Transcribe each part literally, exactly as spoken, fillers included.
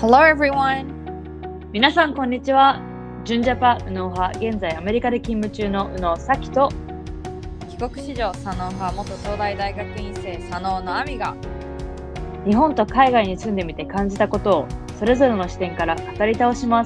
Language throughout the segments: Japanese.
Hello everyone! 皆さんこんにちは。純ジャパ右脳派、現在アメリカで勤務中の右脳咲と帰国子女左脳派元東大大学院生左脳の亜美が日本と海外に住んでみて感じたことをそれぞれの視点から語り倒します。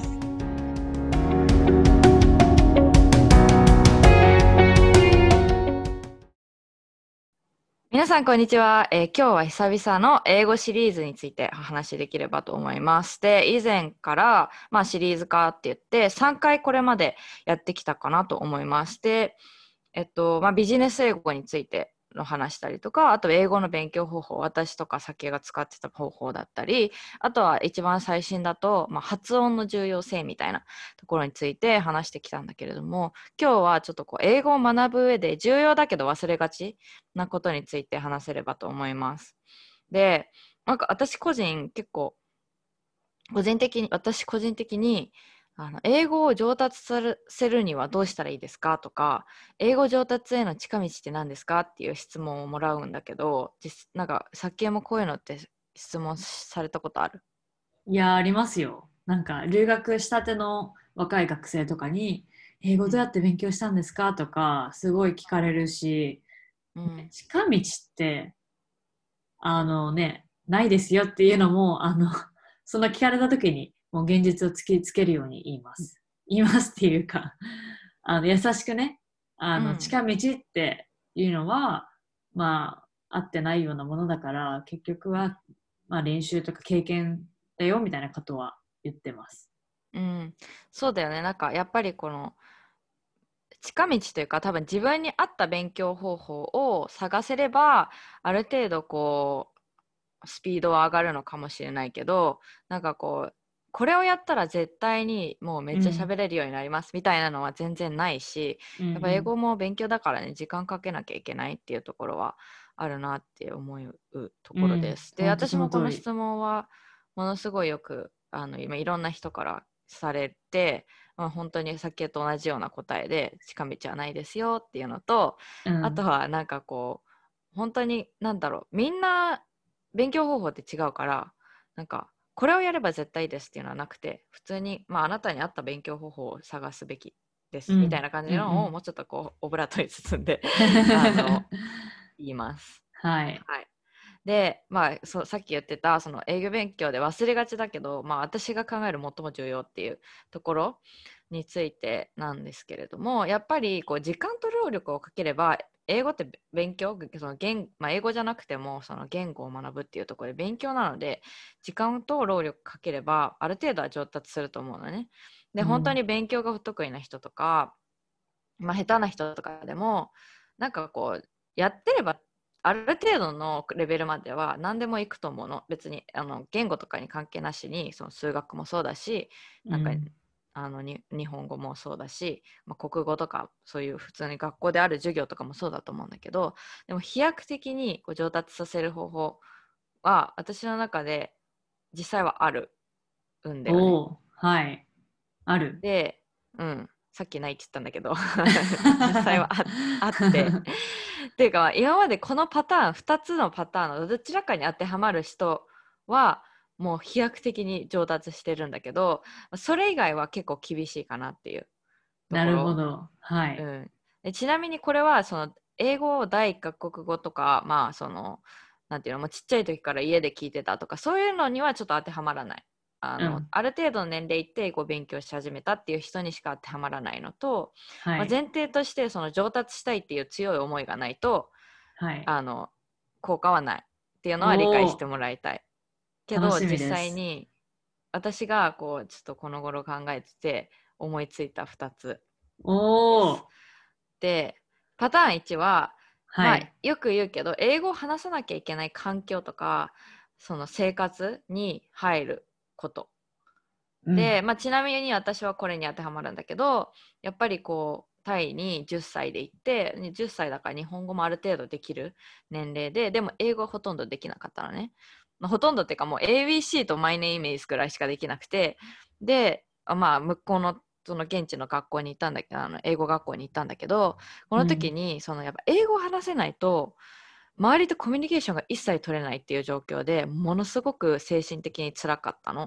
皆さんこんにちは、えー、今日は久々の英語シリーズについてお話しできればと思います。で、以前から、まあ、シリーズ化って言ってさんかいこれまでやってきたかなと思います。で、えっとまあ、ビジネス英語についての話したりとか、あと英語の勉強方法、私とか先が使ってた方法だったり、あとは一番最新だと、まあ、発音の重要性みたいなところについて話してきたんだけれども、今日はちょっとこう英語を学ぶ上で重要だけど忘れがちなことについて話せればと思います。で、なんか私個人結構個人的に私個人的にあの英語を上達させるにはどうしたらいいですかとか、英語上達への近道って何ですかっていう質問をもらうんだけど、実なんかさっきもこういうのって質問されたことある？ いや、ありますよ。なんか、留学したての若い学生とかに、英語どうやって勉強したんですかとか、すごい聞かれるし、 うん、 近道って、あのね、ないですよっていうのも、あの、その聞かれた時に、もう現実を突きつけるように言います。言いますっていうか、あの、優しくね、あの、 うん、 近道っていうのは、まあ、合ってないようなものだから、結局は、まあ、練習とか経験だよみたいなことは言ってます。 うん、そうだよね。なんかやっぱりこの近道というか、多分自分に合った勉強方法を探せればある程度こうスピードは上がるのかもしれないけど、なんかこうこれをやったら絶対にもうめっちゃ喋れるようになりますみたいなのは全然ないし、 うん、 やっぱ英語も勉強だからね、時間かけなきゃいけないっていうところはあるなって思うとうん、 ころです。で、 本当そ私もの通り。 この質問はものすごいよくあの今いろんな人からされて、まあ、本当にさっきと同じような答えで近道はないですよっていうのと、 うん、 あとはなんかこう本当になんだろう、みんな勉強方法って違うから、なんかこれをやれば絶対ですっていうのはなくて、普通に、まあ、あなたに合った勉強方法を探すべきですみたいうん、 な感じうん、うのをん。 もうちょっとこうオブラートに包んであの言います。 はい。 はい。で、まあ、そうさっき言ってたその英語勉強で忘れがちだけど、まあ、私が考える最も重要っていうところについてなんですけれども、やっぱりこう時間と労力をかければ英語って勉強その言、まあ、英語じゃなくてもその言語を学ぶっていうところで勉強なので、時間と労力かければある程度は上達すると思うのね。で、本当うん、 に勉強が不得意な人とか、まあ、下手な人とかでもなんかこうやってればある程度のレベルまでは何でもいくと思うの。別にあの言語とかに関係なしに、その数学もそうだし、なんかうん、 あのに日本語もそうだし、まあ、国語とかそういう普通に学校である授業とかもそうだと思うんだけど、でも飛躍的にこう上達させる方法は私の中で実際はあるんだよね。 おー、はい。ある。 で、うん、さっきないって言ったんだけど実際は あ, あってっていうか、今までこのパターンふたつのパターンのどちらかに当てはまる人はもう飛躍的に上達してるんだけど、それ以外は結構厳しいかなっていうとなるほころ。 ど。はうい。 ん、でちなみにこれはその英語を第一カ国語とか、まあそのなんていうのもうちっちゃい時から家で聞いてたとかそういうのにはちょっと当てはまらない。あのうん。 ある程度の年齢いって英語を勉強し始めたっていう人にしか当てはまらないのと、まあ、 はい。 前提としてその上達したいっていう強い思いがないとはい。 あの効果はないっていうのは理解しておー、 もらいたいけ楽しみど、実です。 際に私がこうちょっとこの頃考えてて思いついたふたつでおー、 す。で、パターンいちは、まあ、 はい。 よく言うけど、英語を話さなきゃいけない環境とか、その生活に入ること。で、 うん。 まあ、ちなみに私はこれに当てはまるんだけど、やっぱりこう、タイにじゅっさいで行って、じゅっさいだから日本語もある程度できる年齢で、でも英語はほとんどできなかったのね。まあ、ほとんどっていうかもう エービーシー と My name is くらいしかできなくて、で、あまあ、向こうのその現地の学校に行ったんだけど、あの英語学校に行ったんだけど、この時うん。 にそのやっぱ英語を話せないと、周りとコミュニケーションが一切取れないっていう状況でものすごく精神的に辛かったの。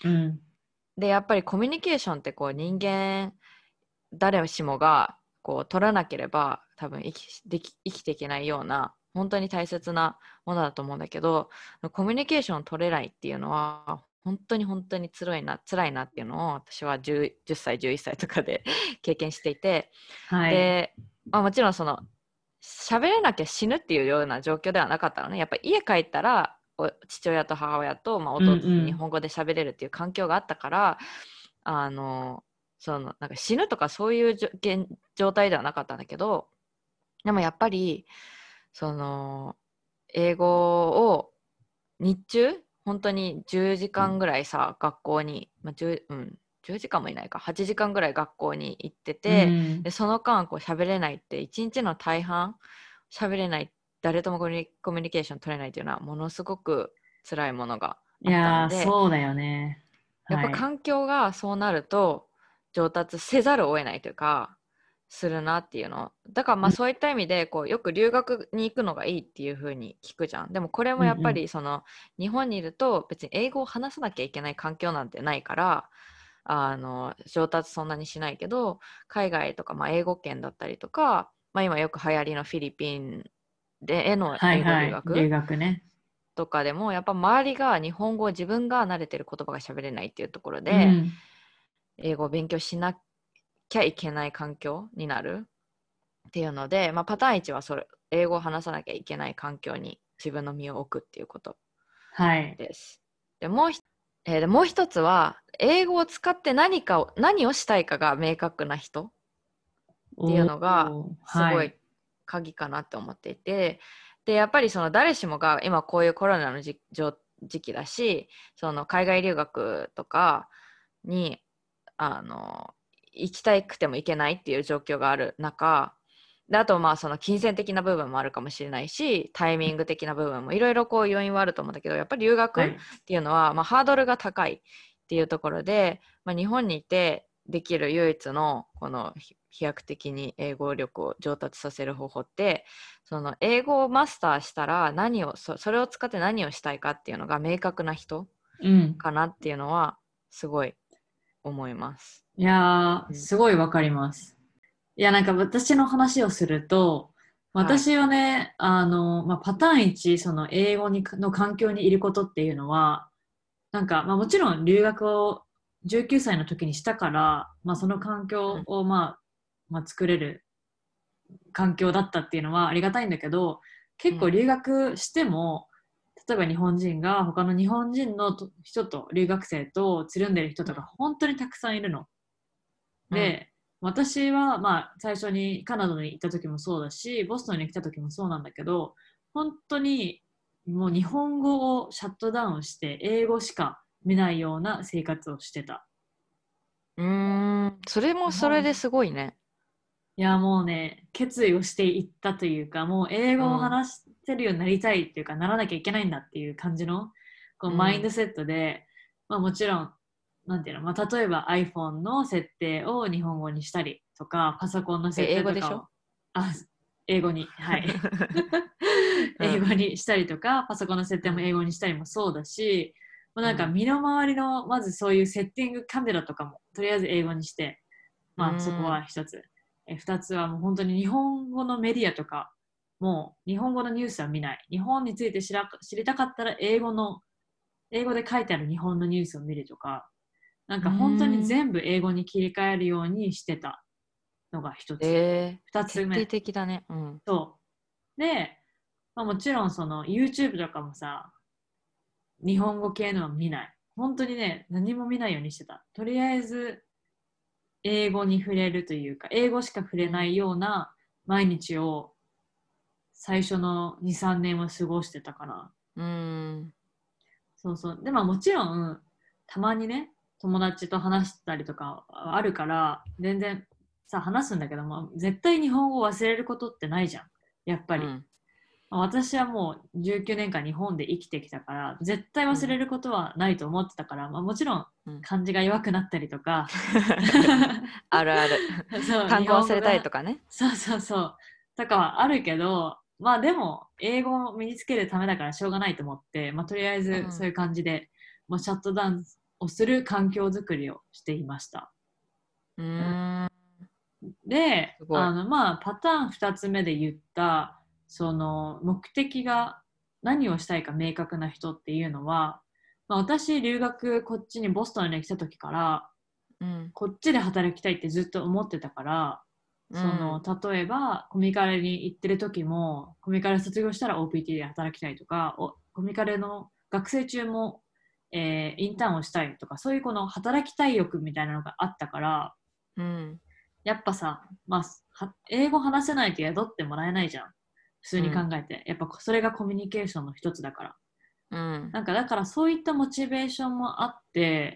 うんでやっぱりコミュニケーションってこう人間誰しもがこう取らなければ多分生きでき生きていけないような本当に大切なものだと思うんだけど、コミュニケーション取れないっていうのは本当に本当に辛いな辛いなっていうのを私は じゅう, じゅっさいじゅういっさいとかで経験していて、 はい。 で、まあ、もちろんその喋れなきゃ死ぬっていうような状況ではなかったのね。やっぱり家帰ったらお父親と母親と、まあ、 うん弟と日うん。 本語で喋れるっていう環境があったから、あのそのなんか死ぬとかそういうじょ現状態ではなかったんだけど、でもやっぱりその英語を日中本当にじゅうじかんぐらいさ学校に、まあ 10, うん、じゅうじかんもいないかはちじかんぐらい学校に行ってうて、 ん。 でその間こう喋れないっていちにちの大半喋れない、誰ともコミュニコミュニケーション取れないっていうのはものすごく辛いものがあったいやー、 ので、 そうだよね。 やっぱはい。 環境がそうなると上達せざるを得ないというかするなっていうのだから、まあうんそういった意味でこうよく留学に行くのがいいっていう風に聞くじゃん。でもこれもやっぱうんうん。 りその日本にいると別に英語を話さなきゃいけない環境なんてないから、あの上達そんなにしないけど、海外とか、まあ、英語圏だったりとか、まあ、今よく流行りのフィリピンでへの英語はいはい。留留学学ね。 とかでもやっぱ周りが日本語を自分が慣れてる言葉が喋れないっていうところで、 うん。 英語を勉強しなきゃいけない環境になるっていうので、まあ、パターンいちはそれ英語を話さなきゃいけない環境に自分の身を置くっていうことはい。 です。でもうひ、えーでもう一つは英語を使って何かを何をしたいかが明確な人っていうおのがお、 すごいはい。 鍵かなって思っていて、でやっぱりその誰しもが今こういうコロナの時時期だし、その海外留学とかにあの行きたくても行けないっていう状況がある中で、あとまあその金銭的な部分もあるかもしれないし、タイミング的な部分もいろいろこう要因はあると思うんだけど、やっぱり留学っはい。 ていうのは、まあ、ハードルが高いっていうところで、まあ、日本にいてできる唯一のこの飛躍的に英語力を上達させる方法って、その英語をマスターしたら何を そ, それを使って何をしたいかっていうのが明確な人うん。 かなっていうのはすごい思います。 いやー、 うん、 すごいわかります。いや、なんか私の話をすると、 はい。 私はね、あの、まあ、パターンいち、その英語にの環境にいることっていうのは、なんか、まあ、もちろん留学をじゅうきゅうさいの時にしたから、まあ、その環境うんを、まあ、まあ、作れる環境だったっていうのはありがたいんだけど、結構うん留学しても、例えば日本人が他の日本人のと人と留学生とつるんでる人とか本当にたくさんいるの。 うんで、私はまあ最初にカナダに行った時もそうだし、ボストンに来た時もそうなんだけど、本当にもう日本語をシャットダウンして英語しか見ないような生活をしてた。 うーん、それも日本それですごいね。 いやもうね、決意をしていったというか、もう英語をうん、 話せるようになりたいっていうか、ならなきゃいけないんだっていう感じのこううん。 マインドセットで、まあ、もちろん、なんていうの、まあ、例えば iPhone の設定を日本語にしたりとか、パソコンのえ、 設英語でしょ？ 定とかを、あ、英語に、はい。 うん、 英語にしたりとか、パソコンの設定もうん、 英語にしたりもそうだし、もうなんかうん、 身の回りの、まずそういうセッティングカメラとかも、とりあえず英語にして、 うまあそこはん、 一つ。え二つはもう本当に日本語のメディアとか、もう日本語のニュースは見ない。日本について知ら知りたかったら英語の、英語で書いてある日本のニュースを見るとか、なんうか本当にん。 全部英語に切り替えるようにしてたのが一つ。 えー、徹底二つ目。 的だね。うん。 そう。で、まあ、もちろんその YouTube とかもさ、日本語系のは見ない。本当にね、何も見ないようにしてた。とりあえず英語に触れるというか、英語しか触れないような毎日を最初のに、さんねんは過ごしてたから。 うん。 そうそう。でももちろん、たまにね、友達と話したりとかあるから、全然さ、話すんだけども、絶対日本語を忘れることってないじゃん。やっぱり。 うん。 私はもうじゅうきゅうねんかん日本で生きてきたから絶対忘れることはないと思ってたから、まあ、もちろんうん。 漢字が弱くなったりとかあるある。 そう日単語忘れたり本語がとかね。 そうそうそうとかはあるけど、まあでも英語を身につけるためだからしょうがないと思って、まあ、とりあえうん。 ずそういう感じで、まあ、シャットダウンをする環境づくりをしていました。 うーん。 で、 すごい。 あのまあパターンふたつめで言ったその目的が何をしたいか明確な人っていうのは、まあ、私留学こっちにボストンに来た時からうん。 こっちで働きたいってずっと思ってたから、その例えばコミカレに行ってる時もコミカレ卒業したら オーピーティー で働きたいとか、おコミカレの学生中も、えーインターンをしたいとか、そういうこの働きたい欲みたいなのがあったから、 うん。 やっぱさ、まあ、は英語話せないと宿ってもらえないじゃん。普通に考えて。やっぱそれがコミュニケーションの一つだから。 うん。 なんかだからそういったモチベーションもあって、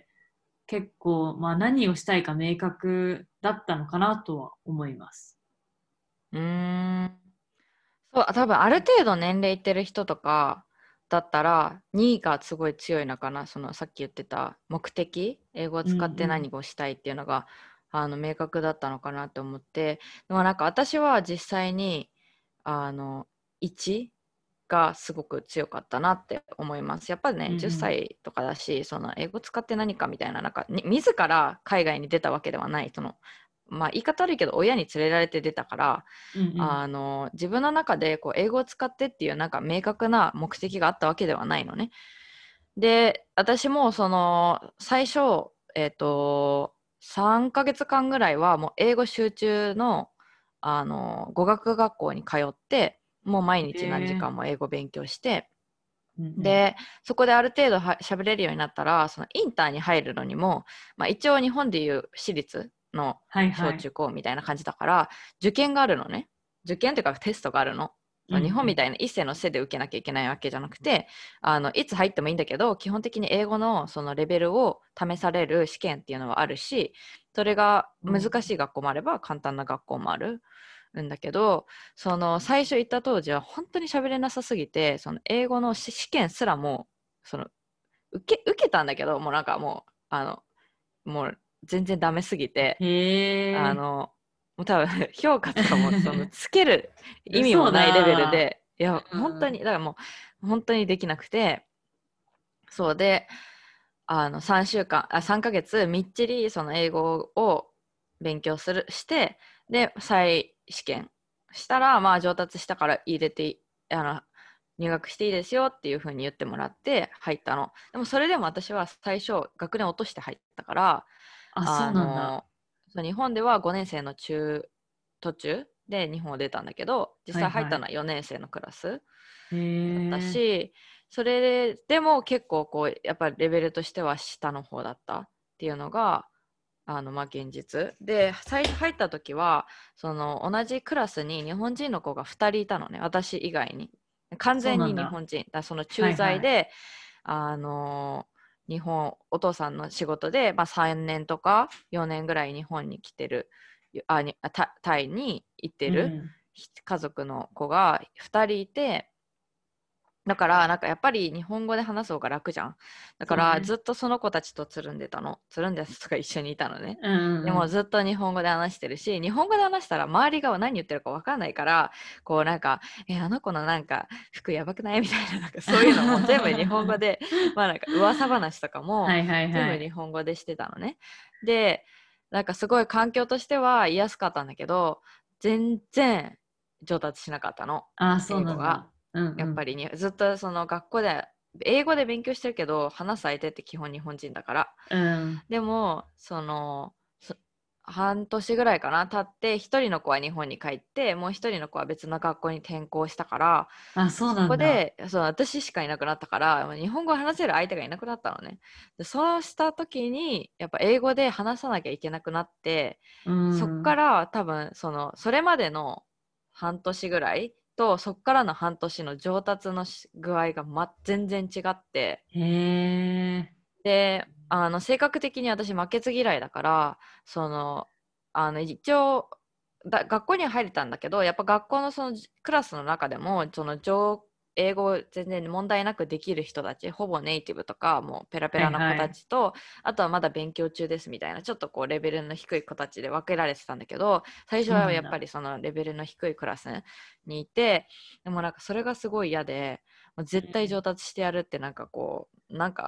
結構、まあ何をしたいか明確だったのかなとは思います。 うーん。そう、多分ある程度年齢いってる人とかだったら、にがすごい強いのかな。そのさっき言ってた目的、英語をうん使って何をしたいっていうのが、あの明確だったのかなと思って、でもなんか私は実際に、あの、いちがすごく強かったなって思います。やっぱりね、10 うんうん。 歳とかだし、その英語使って何かみたいな、なんかに自ら海外に出たわけではない、その、まあ言い方悪いけど親に連れられて出たから、 うんうん。 あの自分の中でこう英語を使ってっていうなんか明確な目的があったわけではないのね。で、私もその最初、えっと、さんかげつかんぐらいはもう英語集中の、あの語学学校に通って、もう毎日何時へえ。 間も英語勉強して、 うんうん。 で、そこである程度は喋れるようになったら、そのインターに入るのにも、まあ、一応日本でいう私立のはいはい。 小中高みたいな感じだから、受験があるのね。受験というかテストがあるの。 うん日本みたういな一斉のせで受けなきゃいけないわけじゃなくて、あのいつ入ってもいいんだけど、基本的に英語のそのレベルを試される試験っていうのはあるし、それがん。 難しい学校もあれば簡単な学校もあるんだけど、その最初行った当時は本当に喋れなさすぎて、その英語の試験すらもその受け受けたんだけど、もうなんかもうあのもう全然ダメすぎて、 へえ。 あのもう多分評価とかもそのつける意味もそうないレベルだ。 で、いや本当にだからもう本当にできなくて、そうで、あのさんしゅうかんあさんかげつみっちりその英語を勉強するして、で再試験したら、まあ上達したから入れてあの入学していいですよっていう風に言ってもらって入ったの。でもそれでも私は最初学年落として入ったから、 あ、そうあなんだ。 のそう日本ではごねん生の中途中で日本を出たんだけど、実際入っはいはい。 たのはよねん生のクラスへだったえ。 し、それでも結構こうやっぱりレベルとしては下の方だったっていうのが、あのまあ現実で、最初入った時はその同じクラスに日本人の子がふたりいたのね、私以外に。完全に日そうなんだ。 本人だ、その駐はいはい。 在で、あの日本お父さんの仕事で、まあ、さんねんとかよねんぐらい日本に来てる、あにタタイに行ってるうん。 家族の子がふたりいて、だからなんかやっぱり日本語で話す方が楽じゃん。だかそうね。 らずっとその子たちとつるんでたの。つるんでた人が一緒にいたのね。 うんうんでもうん。 ずっと日本語で話してるし、日本語で話したら周りが何言ってるか分かんないから、こうなんか、え、あの子のなんか服やばくないみたいな、なんかそういうのも全部日本語で、まあなんか噂話とかもはいはい全はい。 部日本語でしてたのね。で、なんかすごい環境としては言いやすかったんだけど、全然上達しなかったの、 あ、そう英語が。 なんだ。うんうん。 やっぱりにずっとその学校で英語で勉強してるけど話す相手って基本日本人だから。 うん。 でもそのそ半年ぐらいかな経って一人の子は日本に帰って、もう一人の子は別の学校に転校したから、 あ、そうそなんだ。 こでそう私しかいなくなったから、日本語を話せる相手がいなくなったのね。でそうした時にやっぱ英語で話さなきゃいけなくなって、 うそっかん。 ら多分そのそれまでの半年ぐらいとそっからの半年の上達のし具合が、ま、全然違って、 へえ。 であの性格的に私負けず嫌いだから、そのあの一応だ学校には入れたんだけど、やっぱ学校のそのクラスの中でもその上英語全然問題なくできる人たち、ほぼネイティブとかもうペラペはラな子いはい。 たちと、あとはまだ勉強中ですみたいなちょっとこうレベルの低い子たちで分けられてたんだけど、最初そうなんだ。 はやっぱりそのレベルの低いクラスにいて、でもなんかそれがすごい嫌で、もう絶対上達してやるってなんかこうなんか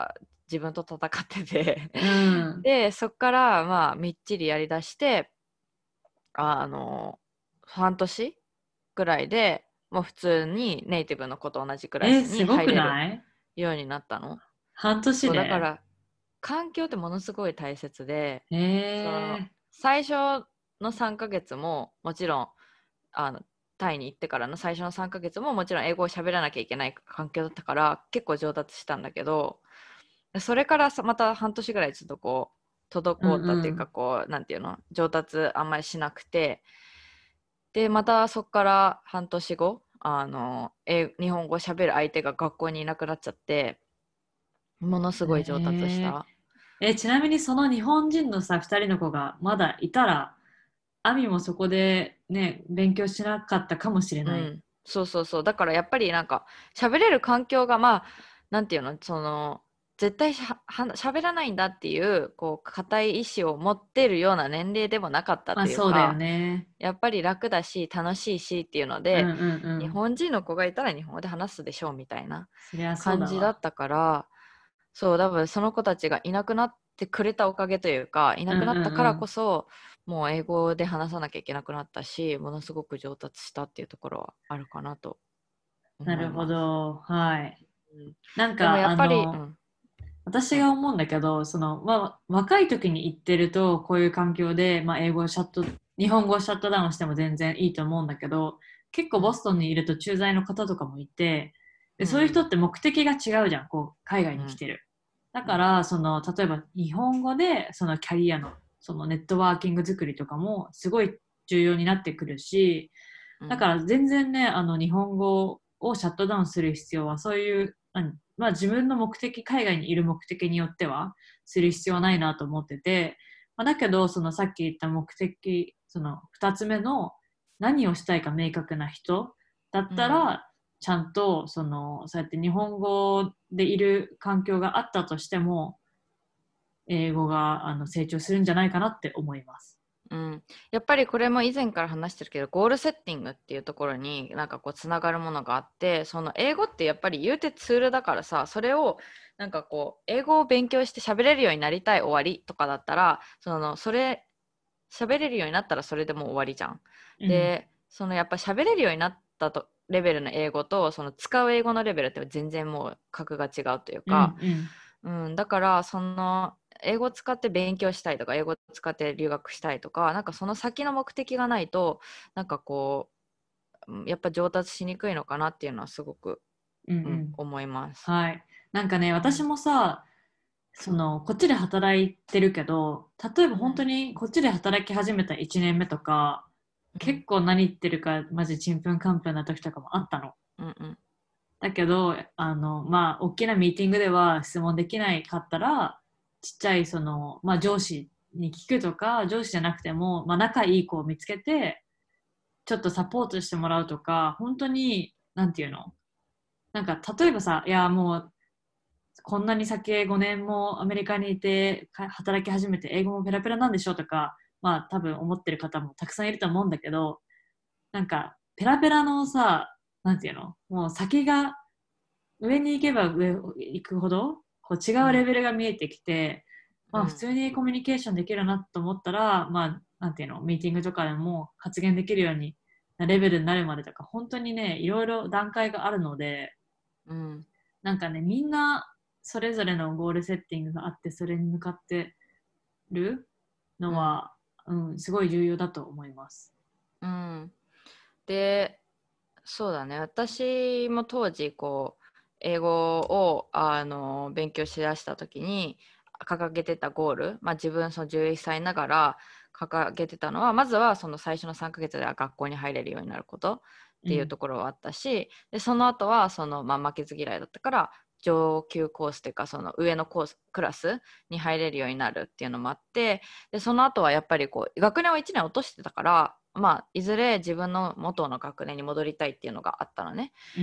自分と戦っててうん。 でそっからまあみっちりやりだしてあの半年ぐらいでもう普通にネイティブの子と同じクラえ、 スにすごく入れるない？ ようになったの。 半年で？ そうだから環境ってものすごい大切で、 へそのえ。 最初のさんかげつももちろんあのタイに行ってからの最初のさんかげつももちろん英語を喋らなきゃいけない環境だったから結構上達したんだけど、それからさまた半年ぐらいちょっとこううん滞ったっていうか、 うん。 こうなんていうの上達あんまりしなくて、でまたそこから半年後あの英日本語を喋る相手が学校にいなくなっちゃってものすごい上達しへえ。 た。 え、ちなみにその日本人のさ、ふたりの子がまだいたら、アミもそこでね、勉強しなかったかもしれない。 うん、そうそうそう。だからやっぱりなんか喋れる環境がまあなんていうのその絶対しゃは喋らないんだっていうこう固い意志を持ってるような年齢でもなかったまあっていうそうだよか、 ね。 やっぱり楽だし楽しいしっていうのうんで、 うんうん。 日本人の子がいたら日本語で話すでしょうみたいなそりゃそう感だわ。 じだったから、そう多分その子たちがいなくなってくれたおかげというかいなうんうんくなったからうん。 こそもう英語で話さなきゃいけなくなったし、ものすごく上達したっていうところはあるかなとなるほ思います。 ど。はい。 うん、でもなんか、 やっぱり、うあの、 ん、うん、 私が思うんだけど、その、まあ、若い時に行ってると、こういう環境で、まあ、英語をシャット、日本語をシャットダウンしても全然いいと思うんだけど、結構うん、 ボストンにいると駐在の方とかもいて、で、そういう人うん、 って目的が違うじゃん、こう、海外うん、 に来てる。だうん、 から、その、例えば日本語で、そのキャリアの、そのネットワーキング作りとかもすごい重要になってくるし、 うん、 だから全然ね、あの日本語をシャットダウンする必要は、そういう、何まあ自分の目的、海外にいる目的によってはする必要はないなと思ってて、まあ、だけど、そのさっき言った目的、その二つ目の何をしたいか明確な人だっうん、 たら、ちゃんと、その、そうやって日本語でいる環境があったとしても、英語があの成長するんじゃないかなって思います。 うん、やっぱりこれも以前から話してるけどゴールセッティングっていうところになんかこうつながるものがあって、その英語ってやっぱり言うてツールだからさ、それをなんかこう英語を勉強して喋れるようになりたい終わりとかだったらそのそれ喋れるようになったらそれでもう終わりじゃん。 うん。 でそのやっぱ喋れるようになったとレベルの英語とその使う英語のレベルって全然もう格が違うといううんか、 うん。 うん、だからその英語を使って勉強したいとか英語を使って留学したいとかなんかその先の目的がないとなんかこううんやっぱ上達しにくいのかなっていうのはすごく、うん、 うんうん。 思います。 はい。なんかね、私うんもさ、その、こっちで働いてるけど、例えば本当うんにこっちで働き始めたいちねんめとか、 うん結構何言ってるかマジちんぷんかんぷんな時とかもあったの。 うんうんだけど、あの、まあ、大きなミーティングでは質問できないかったら、ちっちゃい、その、まあ、上司に聞くとか、上司じゃなくても、まあ、仲いい子を見つけて、ちょっとサポートしてもらうとか、本当に、なんていうのなんか、例えばさ、いや、もう、こんなに先ごねんもアメリカにいてか働き始めて英語もペラペラなんでしょとか、まあ多分思ってる方もたくさんいると思うんだけど、なんかペラペラのさ、なんていうのもう先が上に行けば上行くほどこう違うレうんベルが見えてきて、まあ普うん通にコミュニケーションできるなと思ったら、まあなんていうの、ミーティングとかでも発言できるようになレベルになるまでとか、本当にね、いろいろ段階があるので、 うんなんかね、みんなそれぞれのゴールセッティングがあって、それに向かってるのうんは、うん、すごい重要だと思います。 うんでそうだね、私も当時こう英語をあの勉強しだした時に掲げてたゴール、まあ、自分そのじゅういっさいながら掲げてたのはまずはその最初のさんかげつでは学校に入れるようになることっていううん。 ところはあったし、でその後はその、まあ、負けず嫌いだったから上級コースというかその上のコースクラスに入れるようになるっていうのもあって、でその後はやっぱりこう学年をいちねん落としてたからまあ、いずれ自分の元の学年に戻りたいっていうのがあったのね。 うん。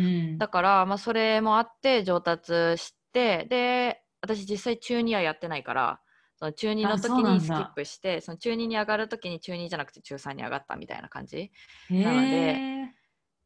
だから、まあ、それもあって上達してで私実際中にはやってないからその中にあ、 のそう時にスキッなんだ。 プしてその中にに上がる時に中にじゃなくて中さんに上がったみたいな感じへなので、 え。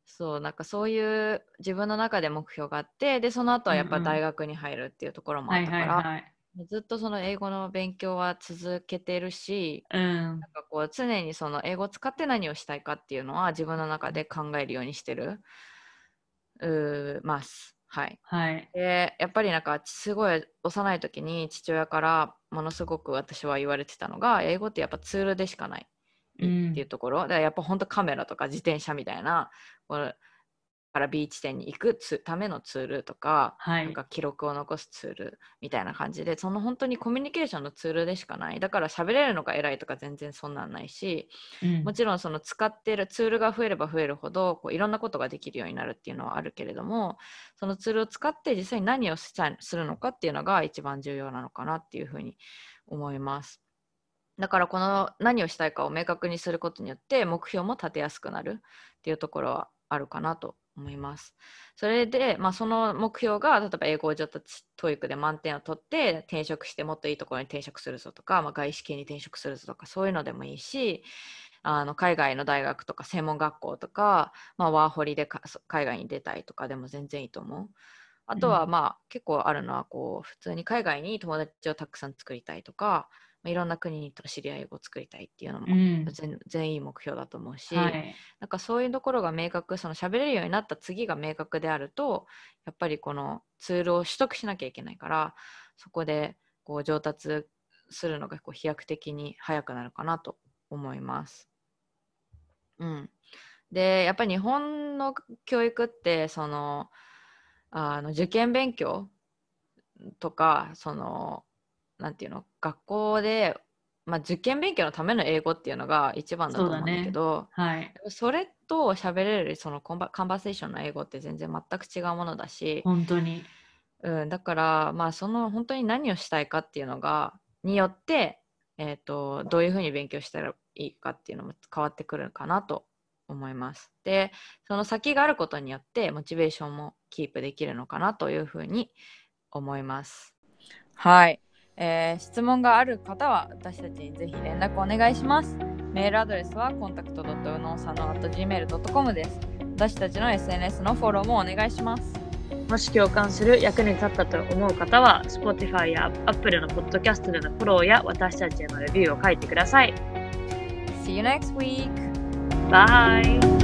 そうなんかそういう自分の中で目標があって、でその後はやっぱ大学に入るっていうところもあったから、 はいはいはい。 ずっとその英語の勉強は続けてるし、 うん。 なんかこう常にその英語を使って何をしたいかっていうのは自分の中で考えるようにしてるうーます。はい。 はい。 でやっぱりなんかすごい幼い時に父親からものすごく私は言われてたのが、英語ってやっぱツールでしかないっていううん。 ところ。だからやっぱ本当カメラとか自転車みたいな、このから B 地点に行くつためのツールとか、 はい。 なんか記録を残すツールみたいな感じで、その本当にコミュニケーションのツールでしかない。だから喋れるのが偉いとか全然そんなんないし、 うん。 もちろんその使ってるツールが増えれば増えるほどこういろんなことができるようになるっていうのはあるけれども、そのツールを使って実際に何をしたいするのかっていうのが一番重要なのかなっていうふうに思います。だからこの何をしたいかを明確にすることによって目標も立てやすくなるっていうところはあるかなと思います。それで、まあ、その目標が例えば英語を上達 トーイック で満点を取って転職してもっといいところに転職するぞとか、まあ、外資系に転職するぞとかそういうのでもいいし、あの海外の大学とか専門学校とか、まあ、ワーホリでか海外に出たいとかでも全然いいと思う。あとはまあ結構あるのはこう普通に海外に友達をたくさん作りたいとか、いろんな国と知り合いを作りたいっていうのもうん。 全然いい目標だと思うし、 はい。 なんかそういうところが明確、その喋れるようになった次が明確であると、やっぱりこのツールを取得しなきゃいけないから、そこでこう上達するのがこう飛躍的に早くなるかなと思います。うん、でやっぱり日本の教育ってそのあの受験勉強とか、そのなんていうの、学校で、まあ、受験勉強のための英語っていうのが一番だそうと思うんだけだね。 ど、 はい。 それと喋れるそのコンバ、カンバセーションの英語って全然全く違うものだし、 本当に。 うん、だからまあその本当に何をしたいかっていうのがによって、えーと、どういうふうに勉強したらいいかっていうのも変わってくるかなと思います。で、その先があることによってモチベーションもキープできるのかなというふうに思います。 はい、えー質問がある方は私たちにぜひ連絡お願いします。メールアドレスは コンタクト ドット ウノンサノ アット ジーメール ドット コム です。私たちの エスエヌエス のフォローもお願いします。 もし共感する、役に立ったと思う方は Spotify や Apple のポッドキャストでのフォローや私たちへのレビューを書いてください。 See you next week! Bye!